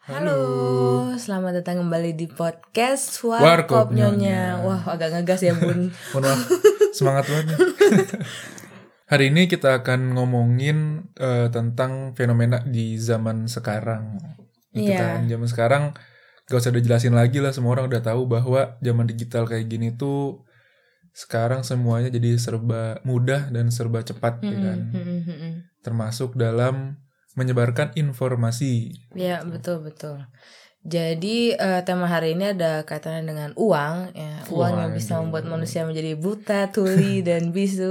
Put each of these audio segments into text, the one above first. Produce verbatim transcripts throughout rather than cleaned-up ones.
Halo, selamat datang kembali di podcast Warkop Warkop Nyonya. Nyonya. Wah, agak ngegas ya bun. Mohon maaf, semangat banget nih. Hari ini kita akan ngomongin uh, tentang fenomena di zaman sekarang. Gitu Iya. kan, zaman sekarang gak usah dijelasin lagi lah, semua orang udah tahu bahwa zaman digital kayak gini tuh sekarang semuanya jadi serba mudah dan serba cepat, ya kan. Termasuk dalam menyebarkan informasi. Ya, betul-betul. Jadi uh, tema hari ini ada kaitannya dengan uang, ya. Uang yang bisa Waduh. membuat manusia menjadi buta, tuli, dan bisu.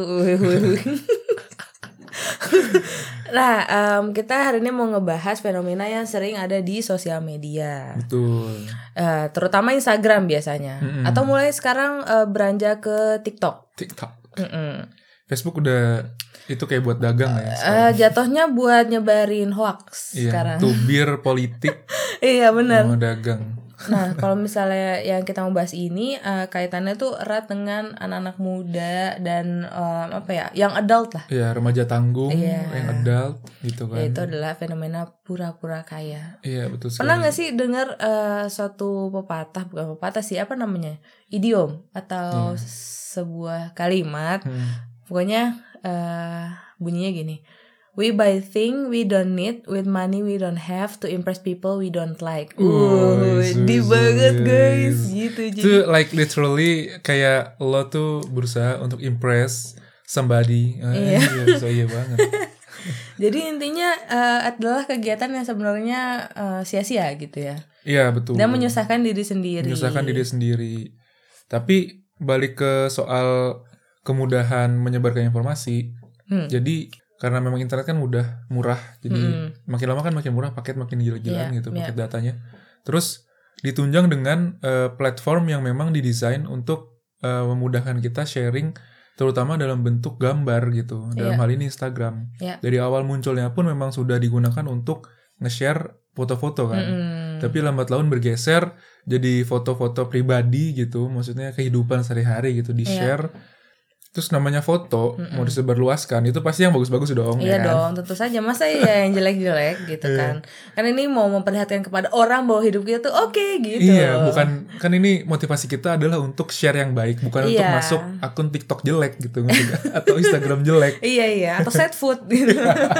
Nah, um, kita hari ini mau ngebahas fenomena yang sering ada di sosial media. Betul. Uh, terutama Instagram biasanya. Mm-mm. Atau mulai sekarang uh, beranjak ke TikTok. TikTok. Mm-mm. Facebook udah itu kayak buat dagang ya. Uh, jatuhnya buat nyebarin hoax Iya, sekarang. tubir politik. Iya benar. Mau dagang. Nah, kalau misalnya yang kita mau bahas ini uh, kaitannya tuh erat dengan anak-anak muda dan um, apa ya, yang adult lah. Iya, remaja tanggung, Iya. yang adult gitu kan. Yaitu adalah fenomena pura-pura kaya. Iya, betul sekali. Pernah nggak sih dengar uh, suatu pepatah, bukan pepatah sih, apa namanya, idiom atau Iya. sebuah kalimat, Hmm. pokoknya uh, bunyinya gini. We buy thing we don't need with money we don't have to impress people we don't like. Uh, Wih, di sus, banget sus. guys, gitu. Itu Jadi like literally kayak lo tuh berusaha untuk impress somebody. Ah, Iya. iya, so iya banget. jadi intinya uh, adalah kegiatan yang sebenarnya uh, sia-sia gitu ya. Iya, betul. Dan menyusahkan diri sendiri. Menyusahkan diri sendiri. Tapi balik ke soal kemudahan menyebarkan informasi. Hmm. Jadi karena memang internet kan mudah, murah. Jadi Mm-mm. makin lama kan makin murah, paket makin gila-gilaan Iya, gitu, iya. paket datanya. Terus ditunjang dengan uh, platform yang memang didesain untuk uh, memudahkan kita sharing, terutama dalam bentuk gambar gitu. Dalam Iya. hal ini Instagram. Iya. Dari awal munculnya pun memang sudah digunakan untuk nge-share foto-foto kan. Mm-mm. Tapi lambat laun bergeser jadi foto-foto pribadi gitu, maksudnya kehidupan sehari-hari gitu di-share. Terus namanya foto, Mm-mm. mau disebarluaskan, itu pasti yang bagus-bagus dong, Iya ya kan? dong, tentu saja. Masa ya yang jelek-jelek gitu kan. Kan ini mau memperlihatkan kepada orang bahwa hidup kita tuh oke gitu. Iya, bukan, kan ini motivasi kita adalah untuk share yang baik, bukan untuk Iya. masuk akun TikTok jelek gitu, ngerti nggak? Atau Instagram jelek. Iya iya, atau set food gitu.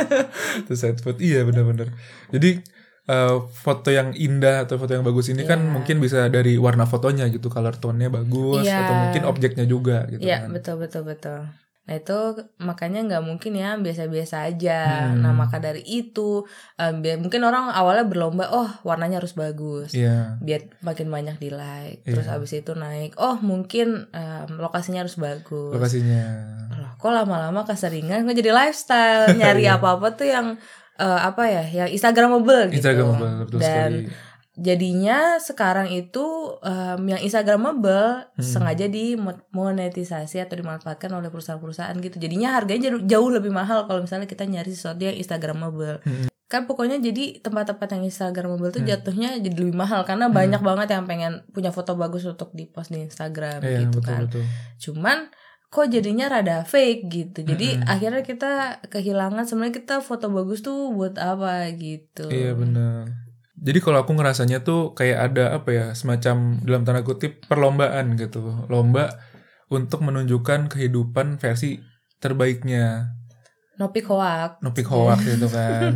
Terus sad food, iya benar-benar. Jadi uh, foto yang indah atau foto yang bagus ini kan Iya. mungkin bisa dari warna fotonya gitu, color tone-nya bagus, Iya. atau mungkin objeknya juga gitu Iya, kan. betul betul betul. Nah itu makanya nggak mungkin ya biasa-biasa aja. Hmm. Nah maka dari itu um, biar mungkin orang awalnya berlomba, oh warnanya harus bagus, Iya. biar makin banyak di like. Terus Iya. abis itu naik, oh mungkin um, lokasinya harus bagus. Lokasinya. Loh, kok lama-lama keseringan kok jadi lifestyle, nyari Iya. apa-apa tuh yang uh, apa ya, yang Instagramable gitu. Instagramable, betul Dan sekali. jadinya sekarang itu um, yang Instagramable Hmm. sengaja dimonetisasi atau dimanfaatkan oleh perusahaan-perusahaan gitu. Jadinya harganya jauh, jauh lebih mahal kalau misalnya kita nyari sesuatu yang Instagramable. Hmm. Kan pokoknya jadi tempat-tempat yang Instagramable tuh Hmm. jatuhnya jadi lebih mahal karena Hmm. banyak banget yang pengen punya foto bagus untuk dipost di Instagram Iya, gitu betul kan. betul. Cuman kok jadinya rada fake gitu. Jadi Mm-mm. akhirnya kita kehilangan sebenarnya kita foto bagus tuh buat apa gitu. Iya benar. Jadi kalau aku ngerasanya tuh kayak ada apa ya, semacam dalam tanda kutip perlombaan gitu, lomba untuk menunjukkan kehidupan versi terbaiknya, Nopik hoak. nopik hoax gitu kan.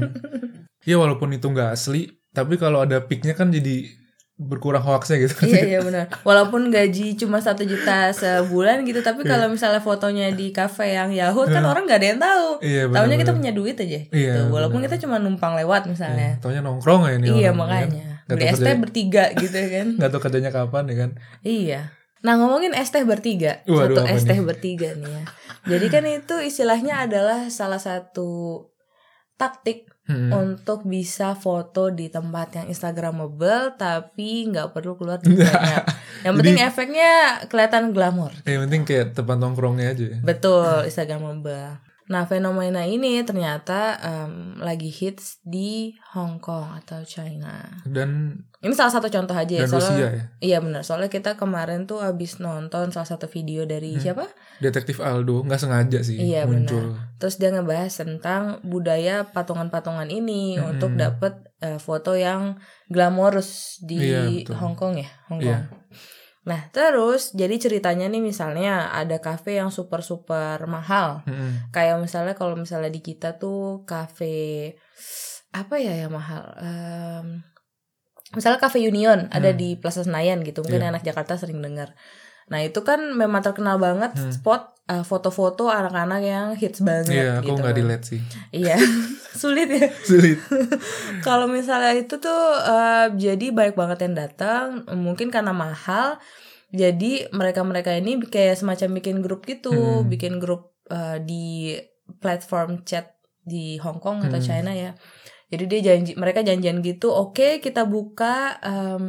Ya walaupun itu nggak asli, tapi kalau ada piknya kan jadi berkurang hoaxnya gitu. Iya iya benar. Walaupun gaji cuma satu juta sebulan gitu, tapi kalau misalnya fotonya di kafe yang Yahoo kan orang nggak ada yang tahu. Iya, Taunya kita benar-benar. punya duit aja. Iya, gitu. Walaupun benar. kita cuma numpang lewat misalnya. Taunya nongkrong ya ini Iya orang, makanya. ya. Nggak Beli tahu es teh kerja- bertiga gitu kan. nggak tahu kerjanya kapan ya kan. Iya. Nah ngomongin es teh bertiga, Waduh, satu apa es nih? teh bertiga nih ya. Jadi kan itu istilahnya adalah salah satu taktik Hmm. untuk bisa foto di tempat yang Instagramable tapi nggak perlu keluar duit banyak. Yang penting efeknya kelihatan glamor. Yang penting kayak tempat nongkrongnya aja. Betul, Instagramable. Nah, fenomena ini ternyata um, lagi hits di Hong Kong atau China. Dan ini salah satu contoh aja ya. Dan soalnya, Rusia ya. Iya benar. Soalnya kita kemarin tuh abis nonton salah satu video dari hmm. siapa? Detektif Aldo, nggak sengaja sih iya, muncul. Benar. Terus dia ngebahas tentang budaya patungan-patungan ini hmm. untuk dapet uh, foto yang glamorous di iya, Hong Kong ya, Hong Kong. Iya. Nah terus jadi ceritanya nih misalnya ada kafe yang super super mahal, mm-hmm. kayak misalnya kalau misalnya di kita tuh kafe apa ya yang mahal, um, misalnya kafe Union mm. ada di Plaza Senayan gitu, mungkin yeah. anak Jakarta sering dengar. Nah itu kan memang terkenal banget mm. spot uh, foto-foto anak-anak yang hits banget. Iya, yeah, gitu. Aku nggak relate sih. Iya, sulit ya. Sulit. Kalau misalnya itu tuh uh, jadi banyak banget yang datang, mungkin karena mahal. Jadi mereka-mereka ini kayak semacam bikin grup gitu, hmm. bikin grup uh, di platform chat di Hong Kong atau hmm. China ya. Jadi dia janji, mereka janjian gitu, oke okay, kita buka um,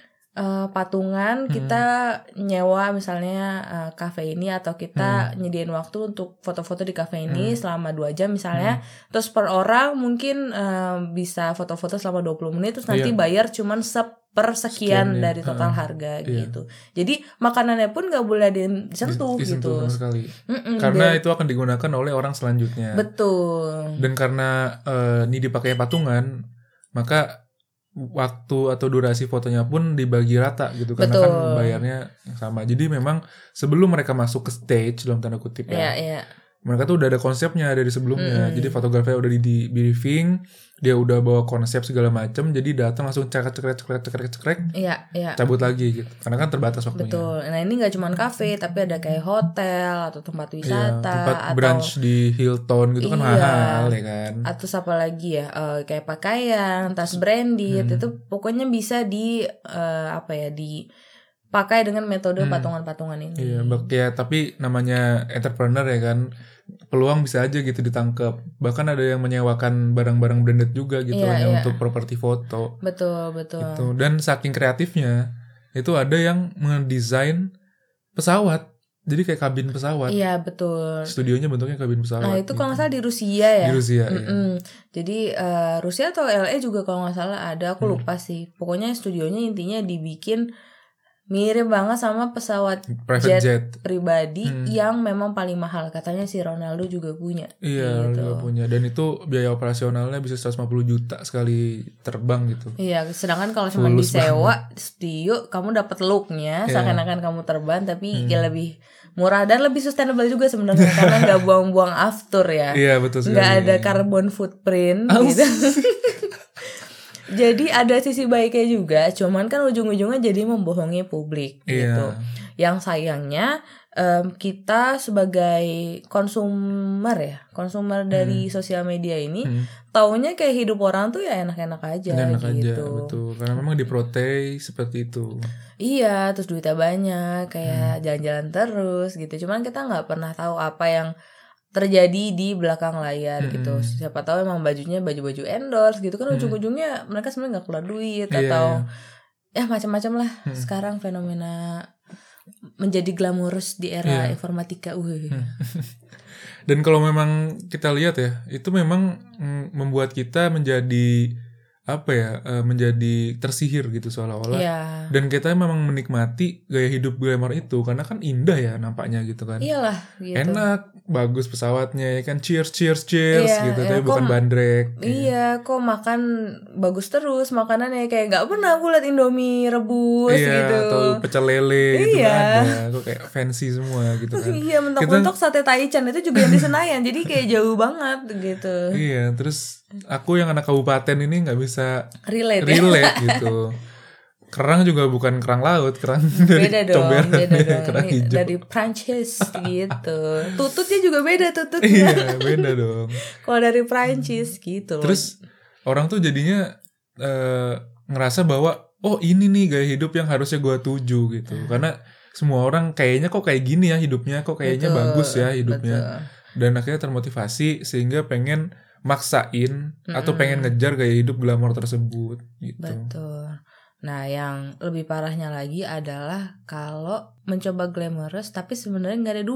uh, patungan, hmm. kita nyewa misalnya uh, kafe ini atau kita hmm. nyediain waktu untuk foto-foto di kafe ini hmm. selama dua jam misalnya. Hmm. Terus per orang mungkin uh, bisa foto-foto selama dua puluh menit, terus nanti yeah. bayar cuman sep per sekian Sekian, dari total uh, harga iya. gitu. Jadi makanannya pun gak boleh disentuh, disentuh gitu. Sekali. Karena biar... itu akan digunakan oleh orang selanjutnya. Betul. Dan karena uh, ini dipakai patungan, maka waktu atau durasi fotonya pun dibagi rata gitu. Karena Betul. kan bayarnya sama. Jadi memang sebelum mereka masuk ke stage dalam tanda kutip ya. Yeah, yeah. Mereka tuh udah ada konsepnya dari sebelumnya. Mm. Jadi fotografernya udah di, di briefing, dia udah bawa konsep segala macam, jadi datang langsung cekrek cekrek cekrek cekrek cekrek. Iya, iya. Cabut lagi gitu. Karena kan terbatas waktunya. Betul. Nah, ini enggak cuma kafe, tapi ada kayak hotel atau tempat wisata, iya, tempat atau brunch di Hilton gitu, iya, kan mahal ya kan. Atau apa lagi ya? Uh, kayak pakaian, tas branded, hmm. itu pokoknya bisa di uh, apa ya, di pakai dengan metode hmm. patungan-patungan ini. Iya, ya, tapi namanya entrepreneur ya kan. Peluang bisa aja gitu ditangkap. Bahkan ada yang menyewakan barang-barang branded juga gitu yeah, hanya yeah. untuk properti foto. Betul, betul. Gitu. Dan saking kreatifnya, itu ada yang mendesain pesawat. Jadi kayak kabin pesawat. Iya, betul. Studionya bentuknya kabin pesawat. Nah, itu gitu. Kalau nggak salah di Rusia ya. Di Rusia, iya. Jadi uh, Rusia atau L A juga kalau nggak salah ada, aku hmm. lupa sih. Pokoknya studionya intinya dibikin mirip banget sama pesawat jet, jet pribadi hmm. yang memang paling mahal. Katanya si Ronaldo juga punya. Iya, gitu. juga punya. Dan itu biaya operasionalnya bisa seratus lima puluh juta sekali terbang gitu. Iya, sedangkan kalau cuma disewa studio, kamu dapat looknya yeah. seakan-akan kamu terbang, tapi hmm. ya lebih murah dan lebih sustainable juga sebenarnya karena nggak buang-buang aftur ya. Iya, betul sekali. Nggak ada carbon footprint gitu. Jadi ada sisi baiknya juga, cuman kan ujung-ujungnya jadi membohongi publik yeah. gitu. Yang sayangnya um, kita sebagai konsumer ya, konsumer hmm. dari sosial media ini, hmm. taunya kayak hidup orang tuh ya enak-enak aja enak gitu. Aja, betul. Karena memang diprotek seperti itu. Iya, terus duitnya banyak, kayak hmm. jalan-jalan terus gitu. Cuman kita nggak pernah tahu apa yang terjadi di belakang layar hmm. gitu. Siapa tahu emang bajunya baju-baju endorse gitu kan, hmm. ujung-ujungnya mereka sebenarnya nggak keluar duit yeah, atau yeah. ya macam-macam lah. Hmm. Sekarang fenomena menjadi glamorous di era yeah. informatika. Uh. Hmm. Dan kalau memang kita lihat ya, itu memang mm, membuat kita menjadi apa ya, uh, menjadi tersihir gitu seolah-olah. Yeah. Dan kita memang menikmati gaya hidup glamour itu karena kan indah ya nampaknya gitu kan. Iyalah gitu. Enak, bagus pesawatnya ya kan, cheers cheers cheers yeah, gitu, yeah, tapi bukan bandrek. Iya, ya. Kok makan bagus terus makanannya, kayak nggak pernah aku liat Indomie rebus iya, gitu. Atau pecel lele iya. gitu kan ada. Kok kayak fancy semua gitu kan. Iya, mentok-mentok kita... sate Taichan itu juga yang di Senayan. Jadi kayak jauh banget gitu. Iya, terus aku yang anak kabupaten ini nggak bisa relate, relate ya? Gitu. Kerang juga bukan kerang laut, kerang dari beda dong, comberan, beda dong. Kerang hijau. Dari Prancis gitu. Tututnya juga beda tututnya. Iya, beda dong. Kalau dari Prancis gitu. Terus orang tuh jadinya uh, ngerasa bahwa oh ini nih gaya hidup yang harusnya gue tuju gitu. Karena semua orang kayaknya kok kayak gini ya hidupnya, kok kayaknya betul, bagus ya hidupnya. Betul. Dan akhirnya termotivasi sehingga pengen maksain mm-mm. atau pengen ngejar gaya hidup glamor tersebut gitu. Betul. Nah, yang lebih parahnya lagi adalah kalau mencoba glamorous tapi sebenarnya nggak ada duit.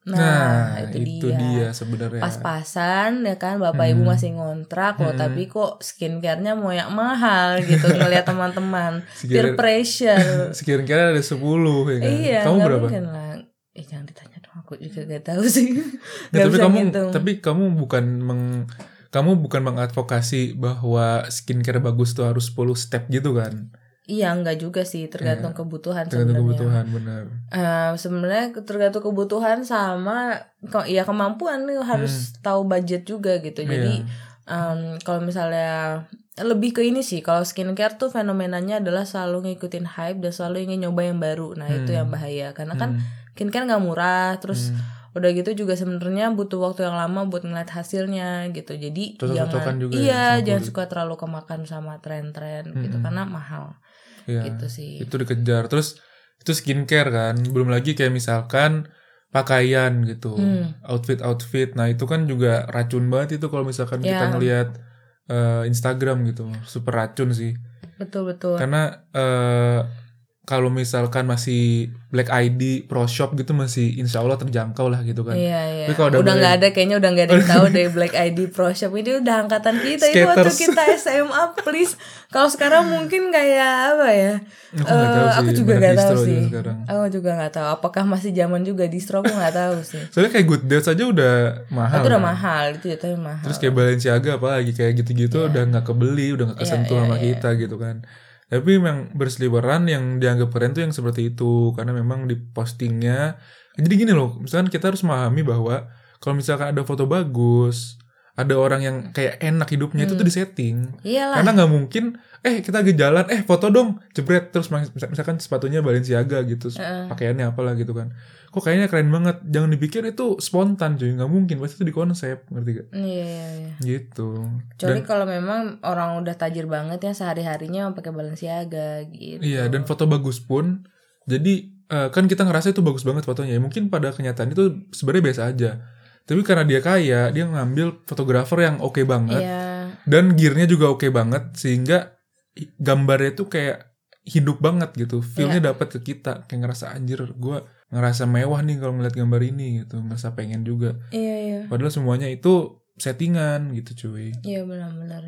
Nah, Nah, itu, itu dia, dia sebenarnya. Pas-pasan ya kan, bapak Hmm. ibu masih ngontrak loh, Hmm. tapi kok skincare-nya mau yang mahal gitu ngelihat teman-teman. Peer Skincare- pressure. Skincare ada sepuluh ya kan. Iya, Kamu nggak berapa? mungkin lah. Eh jangan ditanya dong, aku juga gak tahu sih. Nggak, Gak tapi bisa kamu ngitung. tapi kamu bukan meng kamu bukan mengadvokasi bahwa skincare bagus tuh harus sepuluh step gitu kan? Iya, enggak juga sih, tergantung Iya, kebutuhan Tergantung sebenarnya. kebutuhan, benar. Eh, sebenarnya tergantung kebutuhan sama ke- ya kemampuan nih, harus tahu budget juga gitu. Jadi Iya. em, kalau misalnya lebih ke ini sih, kalau skincare tuh fenomenanya adalah selalu ngikutin hype dan selalu ingin nyoba yang baru. Nah itu yang bahaya, karena kan Hmm. skincare nggak murah, terus Hmm. udah gitu juga sebenarnya butuh waktu yang lama buat ngeliat hasilnya gitu. Jadi Cocok-cocokan jangan juga ya iya sama jangan kulit. suka terlalu kemakan sama tren-tren gitu Mm-mm. karena mahal. Iya, Gitu sih. itu dikejar. Terus itu skincare kan, belum lagi kayak misalkan pakaian gitu, Hmm. outfit-outfit. Nah itu kan juga racun banget itu kalau misalkan kita Ya. ngelihat eh, Instagram gitu, super racun sih. Betul betul. Karena eh, kalau misalkan masih Black I D, Pro Shop gitu masih insya Allah terjangkau lah gitu kan. Iya iya. Tapi kalau udah Udah mulai- nggak ada, kayaknya udah nggak ada yang tahu deh Black I D, Pro Shop ini udah angkatan kita itu waktu Skaters. kita S M A, please. Kalau sekarang mungkin kayak apa ya? Aku nggak tahu Eh, sih, aku juga banyak nggak tahu distro aja sih. sekarang. Aku juga nggak tahu. Apakah masih zaman juga distro? Aku nggak tahu sih. Soalnya kayak Good Dates aja udah mahal. Itu udah kan? mahal itu ya, tapi mahal. Terus kayak Balenciaga apalagi kayak gitu-gitu udah nggak kebeli, udah nggak Iya, kesentuh iya, sama iya. kita gitu kan. Tapi memang berseliweran yang dianggap keren tuh yang seperti itu karena memang di postingnya. Jadi gini loh, misalkan kita harus memahami bahwa kalau misalkan ada foto bagus, ada orang yang kayak enak hidupnya itu tuh disetting. Iyalah. Karena nggak mungkin, eh kita lagi jalan, eh foto dong, jebret terus mis- misalkan sepatunya Balenciaga gitu, pakaiannya apalah gitu kan. Kok kayaknya keren banget, jangan dipikir itu spontan cuy, nggak mungkin, pasti itu di konsep, ngerti gak? Iya iya iya. Gitu. Kecuali kalau memang orang udah tajir banget ya sehari-harinya pakai Balenciaga gitu. Iya, dan foto bagus pun, jadi eh, kan kita ngerasa itu bagus banget fotonya. Ya, mungkin pada kenyataan itu sebenarnya biasa aja. Tapi karena dia kaya, dia ngambil fotografer yang oke banget, Iya. dan gearnya juga oke banget, sehingga i- gambarnya itu kayak hidup banget gitu. Feelnya dapat ke kita, kayak ngerasa anjir, gue ngerasa mewah nih kalau ngeliat gambar ini gitu, ngerasa pengen juga. Iya iya. Padahal semuanya itu settingan gitu cuy. Iya benar-benar.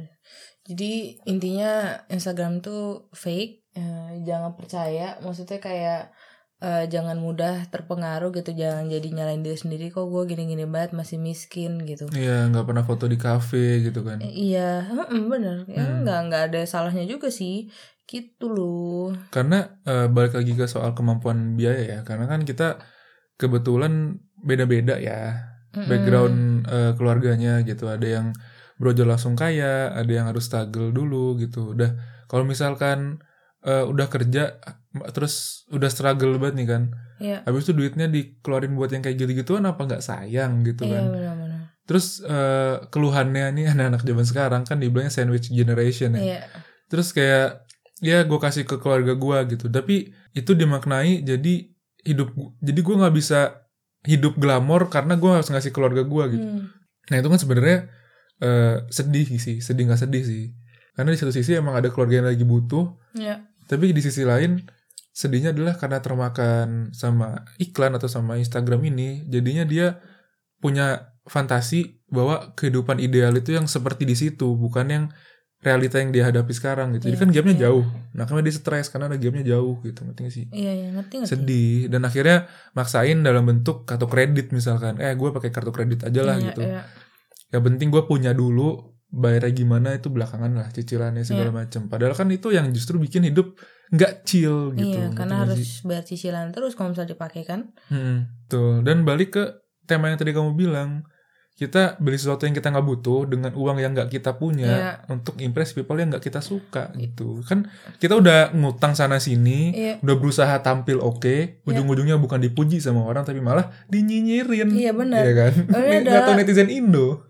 Jadi intinya Instagram tuh fake, eh, jangan percaya. Maksudnya kayak eh, jangan mudah terpengaruh gitu, jangan jadi nyalain diri sendiri, kok gue gini-gini banget masih miskin gitu. Iya, nggak pernah foto di kafe gitu kan. Eh, iya, heeh, bener. Ya Hmm. nggak nggak ada salahnya juga sih, gitu loh. Karena eh, balik lagi ke soal kemampuan biaya ya, karena kan kita kebetulan beda-beda ya background eh, keluarganya gitu. Ada yang brojol langsung kaya, ada yang harus struggle dulu gitu. Udah kalau misalkan eh, udah kerja terus udah struggle banget nih kan, Iya. habis itu duitnya dikeluarin buat yang kayak gitu-gituan, apa nggak sayang gitu Iya kan. benar-benar. Terus eh, keluhannya nih anak-anak zaman sekarang kan dibilangnya sandwich generation ya. Iya. Terus kayak ya gue kasih ke keluarga gue gitu, tapi itu dimaknai jadi hidup gu- jadi gue nggak bisa hidup glamor karena gue harus ngasih keluarga gue gitu. Hmm. Nah itu kan sebenarnya eh, sedih sih, sedih nggak sedih sih, karena di satu sisi emang ada keluarga yang lagi butuh, Iya. tapi di sisi lain sedihnya adalah karena termakan sama iklan atau sama Instagram ini, jadinya dia punya fantasi bahwa kehidupan ideal itu yang seperti di situ, bukan yang realita yang dia hadapi sekarang gitu. Jadi Iya, kan gapnya iya. jauh. Nah, karena dia stres karena ada gapnya jauh gitu, ngerti gak sih? Iya, iya, ngerti ngerti. Sedih dan akhirnya maksain dalam bentuk kartu kredit misalkan. Eh, gue pakai kartu kredit aja lah Iya, gitu. iya. Yang penting gue punya dulu, bayarnya gimana itu belakangan lah, cicilannya segala macam. Padahal kan itu yang justru bikin hidup nggak chill gitu. Iya, ngerti karena gak harus sih? bayar cicilan terus kalau misalnya dipakai kan. Hmm, betul. Dan balik ke tema yang tadi kamu bilang, kita beli sesuatu yang kita nggak butuh dengan uang yang nggak kita punya Iya. untuk impress people yang nggak kita suka gitu. Kan kita udah ngutang sana sini, Iya. udah berusaha tampil oke, ujung-ujungnya bukan dipuji sama orang tapi malah dinyinyirin. Iya, benar. Iya kan? Oh, ini Nggak tahu ada- netizen Indo.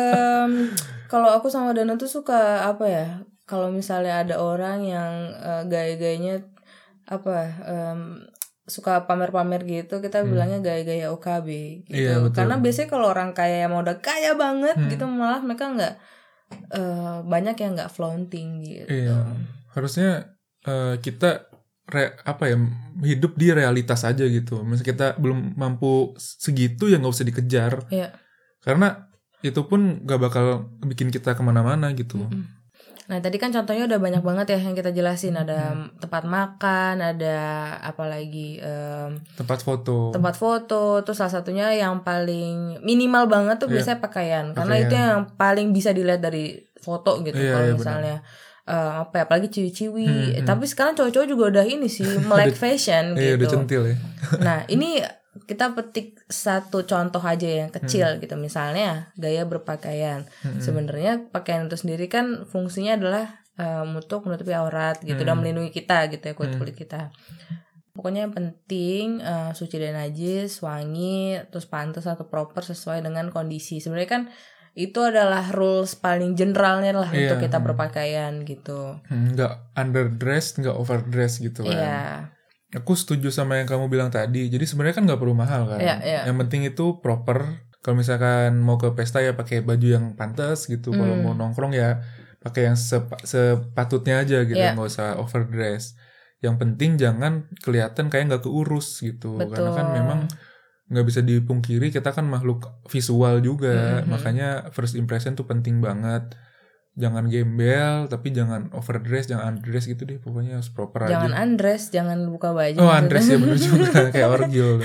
Em, kalau aku sama Dana tuh suka apa ya? Kalau misalnya ada orang yang eh, gaya-gayanya apa? em, suka pamer-pamer gitu, kita bilangnya gaya-gaya O K B gitu. Hmm. Iya, betul. Karena biasanya kalau orang kaya yang mau udah kaya banget Hmm. gitu, malah mereka nggak eh, banyak yang nggak flaunting gitu. Iya. Harusnya eh, kita re, apa ya hidup di realitas aja gitu. Misalnya kita belum mampu segitu ya nggak usah dikejar. Iya. Karena itu pun gak bakal bikin kita kemana-mana gitu. Mm-mm. Nah tadi kan contohnya udah banyak banget ya yang kita jelasin. Ada hmm. tempat makan, ada apa lagi um, tempat foto. Tempat foto. Terus salah satunya yang paling minimal banget tuh yeah. biasanya pakaian. Karena pakaian. Itu yang paling bisa dilihat dari foto gitu. Yeah, kalau yeah, misalnya uh, apa ya, apalagi ciwi-ciwi. Hmm, hmm. Tapi sekarang cowok-cowok juga udah ini sih melek fashion gitu. Iya udah centil ya. Nah ini kita petik satu contoh aja yang kecil hmm. gitu, misalnya gaya berpakaian. Hmm. Sebenarnya pakaian itu sendiri kan fungsinya adalah um, untuk menutupi aurat gitu hmm. dan melindungi kita gitu ya, kulit kulit kita. Pokoknya yang penting uh, suci dan najis, wangi, terus pantas atau proper sesuai dengan kondisi. Sebenarnya kan itu adalah rules paling generalnya lah yeah. untuk kita hmm. berpakaian gitu. Hmm, nggak underdressed, nggak overdressed gitu kan. Yeah. Aku setuju sama yang kamu bilang tadi. Jadi sebenarnya kan nggak perlu mahal kan. Yeah, yeah. Yang penting itu proper. Kalau misalkan mau ke pesta ya pakai baju yang pantas gitu. Mm. Kalau mau nongkrong ya pakai yang sepa- sepatutnya aja gitu. Yeah. Nggak usah overdress. Yang penting jangan kelihatan kayak nggak keurus gitu. Betul. Karena kan memang nggak bisa dipungkiri kita kan makhluk visual juga. Mm-hmm. Makanya first impression tuh penting banget. Jangan gembel, tapi jangan overdress, jangan undress gitu deh. Pokoknya harus proper jangan aja. Jangan undress, jangan buka baju. Oh, undress ya bener juga. Kayak orgil.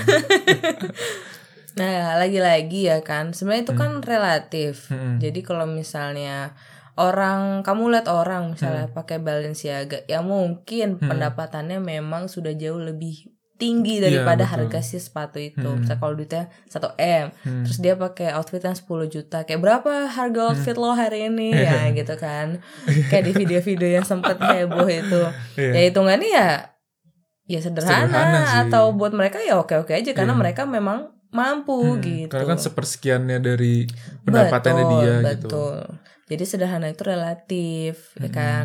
Nah, lagi-lagi ya kan. Sebenarnya itu hmm. kan relatif. Hmm. Jadi kalau misalnya orang, kamu lihat orang misalnya hmm. pakai Balenciaga, ya mungkin hmm. pendapatannya memang sudah jauh lebih tinggi daripada ya, harga si sepatu itu. Hmm. Misalnya kalau duitnya satu M, hmm. terus dia pakai outfit yang sepuluh juta. Kayak berapa harga outfit hmm. lo hari ini ya gitu kan. Kayak di video-video yang sempet heboh itu. Yeah. Ya hitungannya ya ya sederhana, sederhana atau buat mereka ya oke-oke aja karena yeah. mereka memang mampu hmm. gitu. Karena kan sepersekiannya dari pendapatannya betul, dia betul. gitu. Betul. Jadi sederhana itu relatif, hmm. ya kan.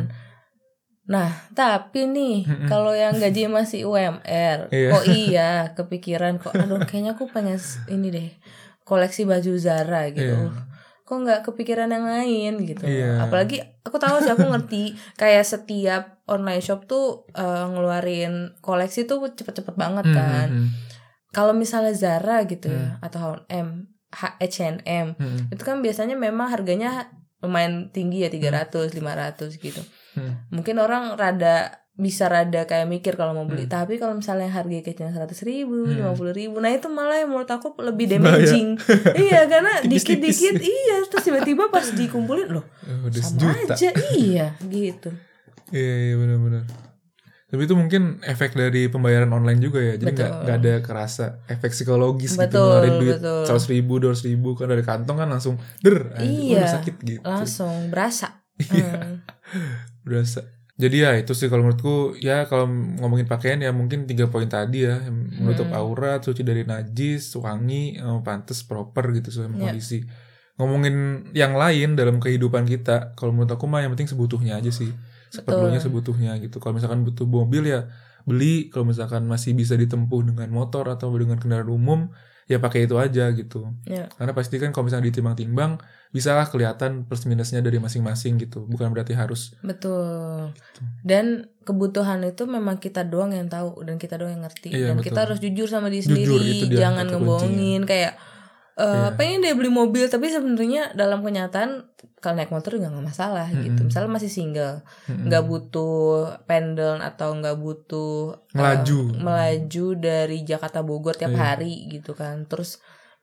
Nah, tapi nih mm-mm. kalau yang gaji masih U M R, iya. oh iya, kepikiran kok, aduh kayaknya aku pengen ini deh, koleksi baju Zara gitu. Iya. Kok nggak kepikiran yang lain gitu. Iya. Apalagi aku tahu sih, aku ngerti kayak setiap online shop tuh uh, ngeluarin koleksi tuh cepet-cepet banget kan. Mm-hmm. Kalau misalnya Zara gitu mm. ya, atau H and M, H and M, mm-hmm. itu kan biasanya memang harganya lumayan tinggi ya, tiga ratus, lima ratus gitu. Hmm. Mungkin orang rada bisa rada kayak mikir kalau mau beli, hmm. tapi kalau misalnya harga kecilnya seratus ribu, lima puluh ribu, nah itu malah yang menurut aku lebih damaging. Iya, karena dikit-dikit iya, terus tiba-tiba pas dikumpulin loh, oh, sama sejuta. Aja, iya gitu. Iya, iya benar-benar. Tapi itu mungkin efek dari pembayaran online juga ya, jadi nggak nggak ada kerasa efek psikologis betul, gitu, ngeluarin duit seratus ribu, dua ratus ribu kan dari kantong kan langsung der, iya, udah sakit gitu. Langsung berasa. Iya, hmm. berasa. Jadi ya itu sih kalau menurutku ya, kalau ngomongin pakaian ya mungkin tiga poin tadi ya, menutup hmm. aurat, suci dari najis, wangi, pantas, proper gitu sesuai yeah. kondisi. Ngomongin yang lain dalam kehidupan kita, kalau menurut aku mah yang penting sebutuhnya aja sih. Seperlunya sebutuhnya gitu. Kalau misalkan butuh mobil ya beli, kalau misalkan masih bisa ditempuh dengan motor atau dengan kendaraan umum ya pakai itu aja gitu. Yeah. Karena pasti kan kalau misalnya ditimbang-timbang bisa lah kelihatan plus minusnya dari masing-masing gitu. Bukan berarti harus. Betul. Gitu. Dan kebutuhan itu memang kita doang yang tahu dan kita doang yang ngerti. Yeah, dan betul. Kita harus jujur sama diri jujur, sendiri, jangan ngebohongin kayak Uh, yeah. pengen dia beli mobil tapi sebenarnya dalam kenyataan kalau naik motor juga nggak masalah mm-hmm. gitu. Misalnya masih single, nggak mm-hmm. butuh pendel atau nggak butuh melaju uh, melaju dari Jakarta Bogor tiap yeah. hari gitu kan. Terus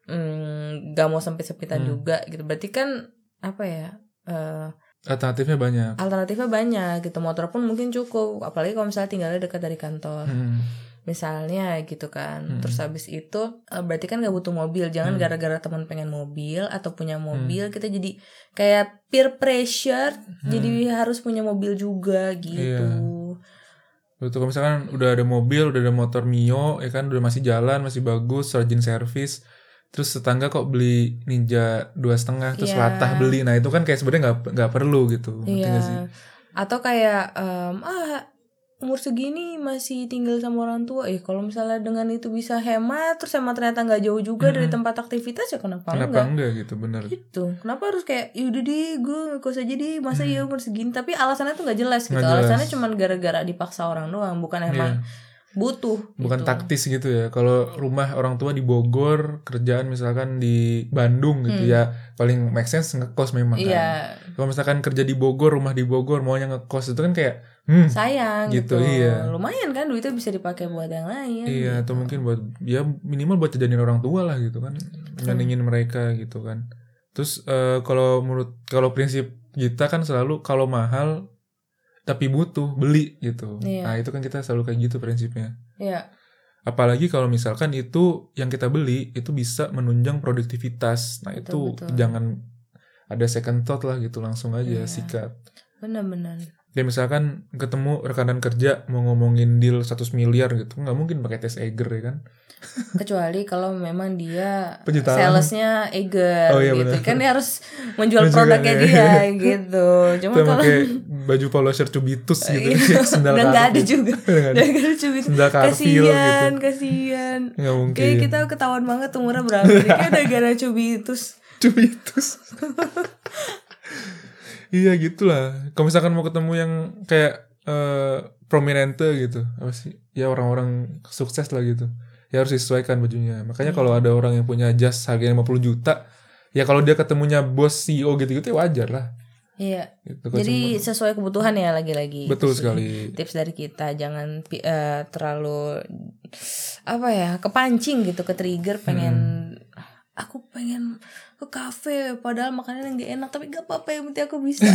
nggak mm, mau sempit-sempitan mm. juga gitu. Berarti kan apa ya? Uh, alternatifnya banyak. Alternatifnya banyak gitu. Motor pun mungkin cukup. Apalagi kalau misalnya tinggalnya dekat dari kantor. Mm. Misalnya gitu kan. Hmm. Terus habis itu berarti kan gak butuh mobil. Jangan hmm. gara-gara teman pengen mobil atau punya mobil hmm. kita jadi kayak peer pressure hmm. jadi harus punya mobil juga gitu. Iya. Betul, kalau misalkan udah ada mobil, udah ada motor Mio ya kan, udah masih jalan, masih bagus, rajin servis, terus tetangga kok beli Ninja dua setengah terus yeah. latah beli. Nah itu kan kayak sebenarnya gak, gak perlu gitu. Iya. Yeah. Atau kayak um, ah umur segini masih tinggal sama orang tua. Eh kalau misalnya dengan itu bisa hemat, terus hemat ternyata nggak jauh juga hmm. dari tempat aktivitas, ya kenapa, kenapa enggak? enggak gitu, benar. Gitu. Kenapa harus kayak yaudah deh gue ngekos aja deh, masa hmm. ya umur segini. Tapi alasannya tuh nggak jelas gitu. Gak jelas. Alasannya cuma gara-gara dipaksa orang doang, bukan emang yeah. butuh. Bukan gitu. taktis gitu ya. Kalau rumah orang tua di Bogor, kerjaan misalkan di Bandung gitu hmm. ya, paling make sense ngekos memang kan. Yeah. Kalau misalkan kerja di Bogor, rumah di Bogor, maunya ngekos itu kan kayak hmm, sayang gitu. gitu. Iya. Lumayan kan duitnya bisa dipakai buat yang lain. Iya, gitu. atau mungkin buat ya minimal buat jajanin orang tua lah gitu kan. Nyenengin hmm. mereka gitu kan. Terus uh, kalau menurut kalau prinsip kita kan selalu kalau mahal tapi butuh, beli gitu. Iya. Nah itu kan kita selalu kayak gitu prinsipnya. Iya. Apalagi kalau misalkan itu yang kita beli itu bisa menunjang produktivitas. Nah betul, itu betul. Jangan ada second thought lah gitu, langsung aja iya. sikat. Benar-benar. Kayak misalkan ketemu rekanan kerja mau ngomongin deal seratus miliar gitu, nggak mungkin pakai tes Eiger ya kan? Kecuali kalau memang dia Penjutaan. salesnya Eiger oh, iya, gitu bener. Kan dia harus menjual produknya dia gitu. Cuma kita kalau pakai baju polo shirt Cubitus gitu, sendal udah nggak ada juga, udah nggak ada Cubitus. Sendal Carfil kasian, gitu. Kasian, nggak mungkin. Kayak kita ketahuan banget umurnya berapa. Kayak udah gara Cubitus. Cubitus. Iya gitulah. Kalau misalkan mau ketemu yang kayak uh, prominente gitu, apa sih? Ya orang-orang sukses lah gitu. Ya harus disesuaikan bajunya. Makanya hmm. kalau ada orang yang punya jas harganya lima puluh juta, ya kalau dia ketemunya bos C E O gitu-gitu ya wajar lah. Iya. Gitu, jadi cuma, sesuai kebutuhan ya lagi-lagi. Betul tips, sekali. Tips dari kita jangan uh, terlalu apa ya, kepancing gitu, ke trigger pengen hmm. aku pengen ke kafe padahal makanan yang gak enak, tapi gak apa-apa yang penting aku bisa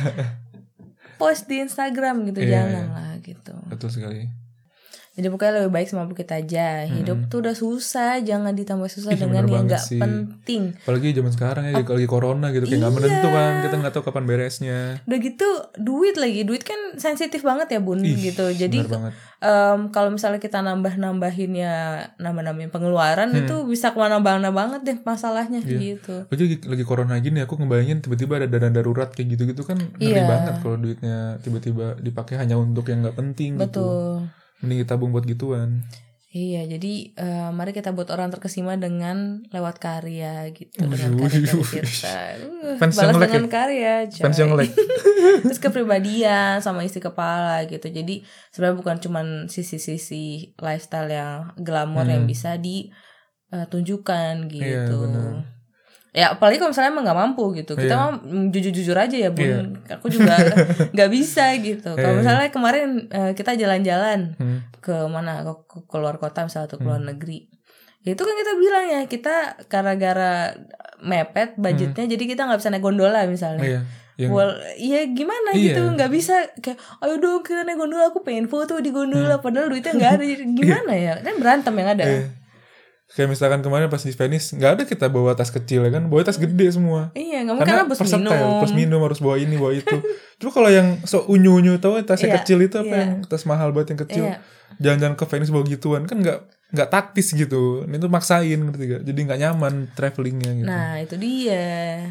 post di Instagram gitu. yeah, jangan yeah. lah gitu. Betul sekali. Jadi pokoknya lebih baik semampu kita aja. Hidup hmm. tuh udah susah, jangan ditambah susah Ih, dengan yang gak sih. penting. Apalagi zaman sekarang ya, Ap- lagi corona gitu, kayak iya. gak menentu kan, kita gak tahu kapan beresnya. Udah gitu duit lagi, duit kan sensitif banget ya bun. Ih, gitu. Jadi um, kalau misalnya kita nambah-nambahin ya, nambah-nambahin pengeluaran hmm. itu bisa kemana-mana banget deh masalahnya iya. gitu. Lagi lagi corona gini aku ngebayangin tiba-tiba ada dana darurat kayak gitu-gitu kan ngeri iya. banget kalau duitnya tiba-tiba dipakai hanya untuk yang gak penting. Betul. Gitu. Mending kita tabung buat gituan. Iya, jadi uh, mari kita buat orang terkesima dengan lewat karya gitu. Dengan karya-karya kita. Uh, balas dengan ya? karya, coy. Fans yang like. Terus kepribadian sama isi kepala gitu. Jadi sebenarnya bukan cuman sisi-sisi lifestyle yang glamor hmm. yang bisa ditunjukkan gitu. Iya, benar. Ya apalagi kalau misalnya emang gak mampu gitu. Kita yeah. mah jujur-jujur aja ya bun. Yeah. Aku juga gak bisa gitu. Kalau misalnya kemarin uh, kita jalan-jalan hmm. ke mana, ke, ke luar kota misalnya atau ke luar hmm. negeri, ya itu kan kita bilang ya, kita gara-gara mepet budgetnya hmm. jadi kita gak bisa naik gondola misalnya. yeah. Yang... Well, ya gimana iya. gitu, gak bisa kayak ayo dong kita naik gondola, aku pengen foto di gondola, hmm. padahal duitnya gak ada. Gimana ya, kan berantem yang ada. yeah. Kayak misalkan kemarin pas di Venice nggak ada kita bawa tas kecil ya kan, bawa tas gede semua. Iya, nggak mungkin, karena plus minum. Plus minum harus bawa ini bawa itu. Cuma kalau yang so unyu unyu tau tasnya iya, kecil itu apa iya. yang tas mahal buat yang kecil. Iya. Jangan-jangan ke Venice bawa gituan kan nggak nggak taktis gitu. Ini tuh maksain ngerti gak? Jadi nggak nyaman travelingnya gitu. Nah itu dia.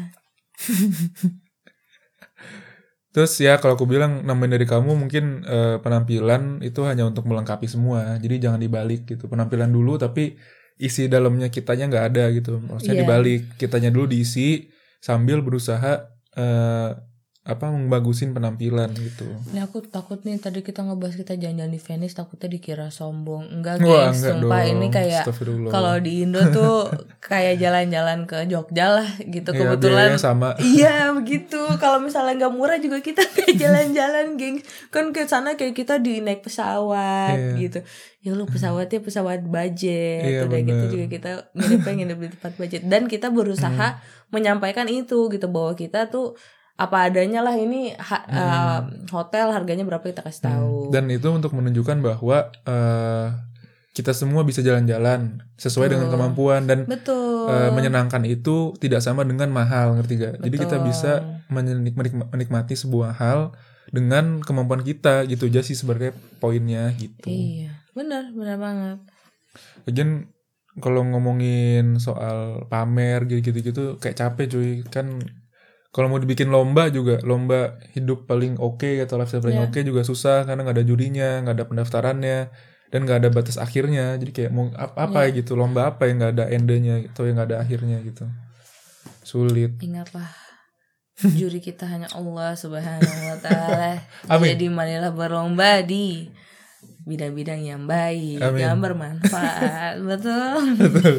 Terus ya kalau aku bilang nambahin dari kamu mungkin uh, penampilan itu hanya untuk melengkapi semua. Jadi jangan dibalik gitu. Penampilan dulu tapi isi dalamnya kitanya nggak ada gitu, maksudnya yeah. dibalik, kitanya dulu diisi sambil berusaha uh, apa membagusin penampilan gitu. Ini aku takut nih, tadi kita ngebahas kita jalan-jalan di Venice takutnya dikira sombong. Enggak guys, sumpah dong. Ini kayak kalau di Indo tuh kayak jalan-jalan ke Jogja lah gitu. Ya, kebetulan sama. Iya begitu. Kalau misalnya nggak murah juga kita kayak jalan-jalan geng. Kan ke sana kayak kita di naik pesawat yeah. gitu. Ya lu pesawatnya pesawat budget. Yeah, udah bener. Gitu juga kita pengen nginep di tempat budget, dan kita berusaha hmm. menyampaikan itu gitu, bahwa kita tuh apa adanya lah, ini ha- hmm. uh, hotel harganya berapa kita kasih tahu. Hmm. Dan itu untuk menunjukkan bahwa uh, kita semua bisa jalan-jalan sesuai Betul. dengan kemampuan, dan uh, menyenangkan itu tidak sama dengan mahal, ngerti gak? Betul. Jadi kita bisa menik- menikmati sebuah hal dengan kemampuan kita gitu aja sih sebenarnya poinnya gitu. Iya, benar, benar banget. Lagian kalau ngomongin soal pamer gitu-gitu kayak capek cuy, kan Kalau mau dibikin lomba juga, lomba hidup paling oke okay, atau lifestyle paling yeah. oke okay juga susah karena nggak ada jurinya, nggak ada pendaftarannya, dan nggak ada batas akhirnya. Jadi kayak mau apa yeah. gitu, lomba apa yang nggak ada endnya atau yang nggak ada akhirnya gitu, sulit. Ingat apa? Juri kita hanya Allah Subhanahu Wa Taala. Jadi marilah berlomba di bidang-bidang yang baik, Amin. Yang bermanfaat, betul. Betul.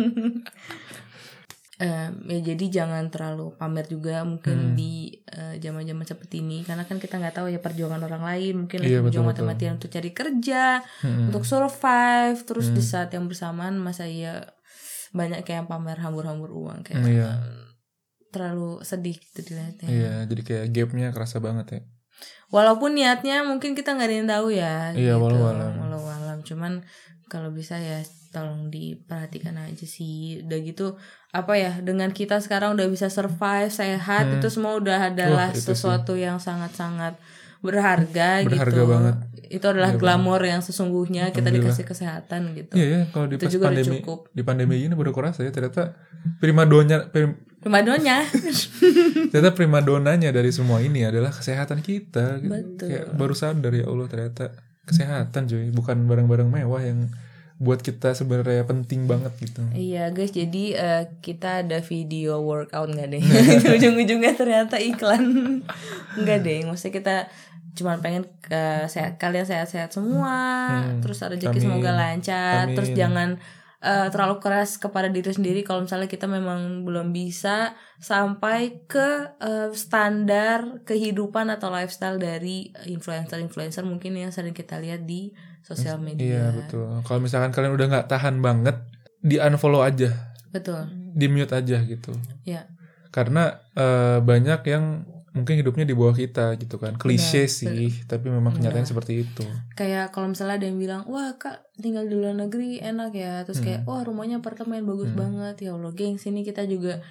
Um, ya jadi jangan terlalu pamer juga mungkin hmm. di uh, zaman-zaman seperti ini karena kan kita nggak tahu ya perjuangan orang lain mungkin lagi iya, berjuang mati-matian untuk cari kerja hmm. untuk survive terus hmm. di saat yang bersamaan masa ya banyak kayak yang pamer hambur-hambur uang kayak hmm, iya. um, terlalu sedih gitu dilihatnya. Iya jadi kayak gapnya kerasa banget ya. Walaupun niatnya mungkin kita nggak ada yang tahu ya. Iya gitu. walau-walau. Walau-walau cuman kalau bisa ya tolong diperhatikan aja sih. Udah gitu apa ya dengan kita sekarang udah bisa survive sehat hmm. itu semua udah adalah oh, sesuatu sih. Yang sangat-sangat berharga, berharga gitu. Banget. Itu adalah ya, glamor bener. Yang sesungguhnya kita dikasih kesehatan gitu. Iya ya kalau di pas pandemi di pandemi ini baru kerasa ya ternyata primadonnya prim, primadonnya ternyata primadonanya dari semua ini adalah kesehatan kita. Gitu. Betul. Kayak baru sadar ya Allah ternyata kesehatan cuy bukan barang-barang mewah yang buat kita sebenarnya penting banget gitu. Iya guys, jadi uh, kita ada video workout nggak deh? Ujung-ujungnya ternyata iklan. Nggak deh, maksudnya kita cuma pengen ke sehat, kalian sehat-sehat semua. Hmm, terus rezeki semoga lancar. Amin. Terus jangan uh, terlalu keras kepada diri sendiri. Kalau misalnya kita memang belum bisa sampai ke uh, standar kehidupan atau lifestyle dari influencer-influencer mungkin yang sering kita lihat di sosial media. Iya betul. Kalau misalkan kalian udah nggak tahan banget, di unfollow aja. Betul. Di mute aja gitu. Iya. Karena uh, banyak yang mungkin hidupnya di bawah kita gitu kan. Klise benar, sih, benar. Tapi memang kenyataannya benar. Seperti itu. Kayak kalau misalnya ada yang bilang, wah kak tinggal di luar negeri enak ya. Terus hmm. kayak, wah rumahnya apartemen bagus hmm. banget. Ya Allah geng, sini kita juga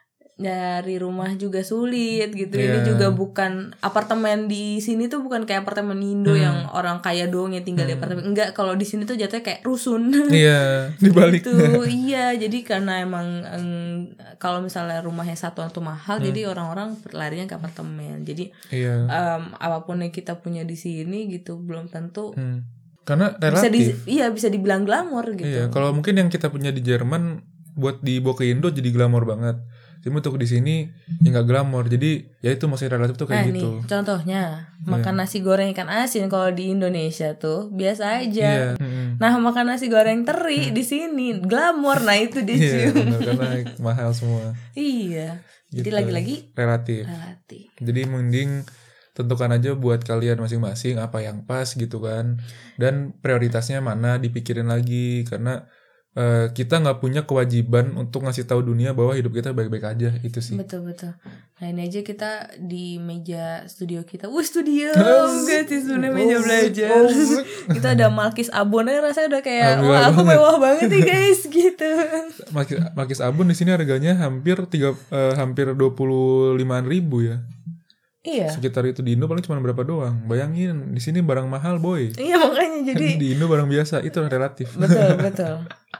dari rumah juga sulit gitu. Yeah. Ini juga bukan apartemen di sini tuh bukan kayak apartemen Indo hmm. yang orang kaya doang yang tinggal hmm. di apartemen. Enggak, kalau di sini tuh jatuhnya kayak rusun. Iya, dibalik. Gitu. Iya, jadi karena emang um, kalau misalnya rumahnya satuan tuh mahal, hmm. jadi orang-orang larinya ke apartemen. Jadi yeah. um, apapun yang kita punya di sini gitu belum tentu. Hmm. Karena relatif. Bisa di, iya bisa dibilang glamor gitu. Iya, kalau mungkin yang kita punya di Jerman buat dibawa ke Indo jadi glamor banget. Tapi untuk di sini ya nggak glamor, jadi ya itu maksudnya relatif tuh kayak nah, gitu. Nih, contohnya makan yeah. nasi goreng ikan asin kalau di Indonesia tuh biasa aja. Yeah. Mm-hmm. Nah makan nasi goreng teri mm. di sini glamor, nah itu dia yeah, bener, karena mahal semua. Iya. Gitu. Jadi lagi-lagi relatif. Relatif. Jadi mending tentukan aja buat kalian masing-masing apa yang pas gitu kan, dan prioritasnya mana dipikirin lagi karena Uh, kita nggak punya kewajiban untuk ngasih tahu dunia bahwa hidup kita baik-baik aja itu sih. Betul betul. Nah ini aja kita di meja studio kita. Wah studio, enggak sih sebenarnya meja belajar. Kita ada Malkis Abon aja rasanya udah kayak wah aku mewah banget nih guys gitu. Malkis, Malkis Abon di sini harganya hampir tiga uh, hampir dua puluh limaan ribu ya. Iya. Sekitar itu di Indo paling cuma berapa doang. Bayangin di sini barang mahal boy. Iya makanya jadi. Di Indo barang biasa itu relatif. Betul betul.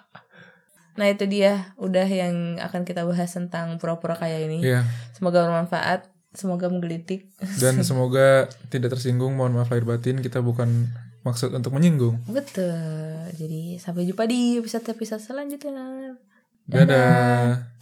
Nah itu dia udah yang akan kita bahas tentang pura-pura kaya ini. Yeah. Semoga bermanfaat, semoga menggelitik. Dan semoga tidak tersinggung, mohon maaf lahir batin, kita bukan maksud untuk menyinggung. Betul. Jadi sampai jumpa di episode-episode selanjutnya. Dadah. Dadah.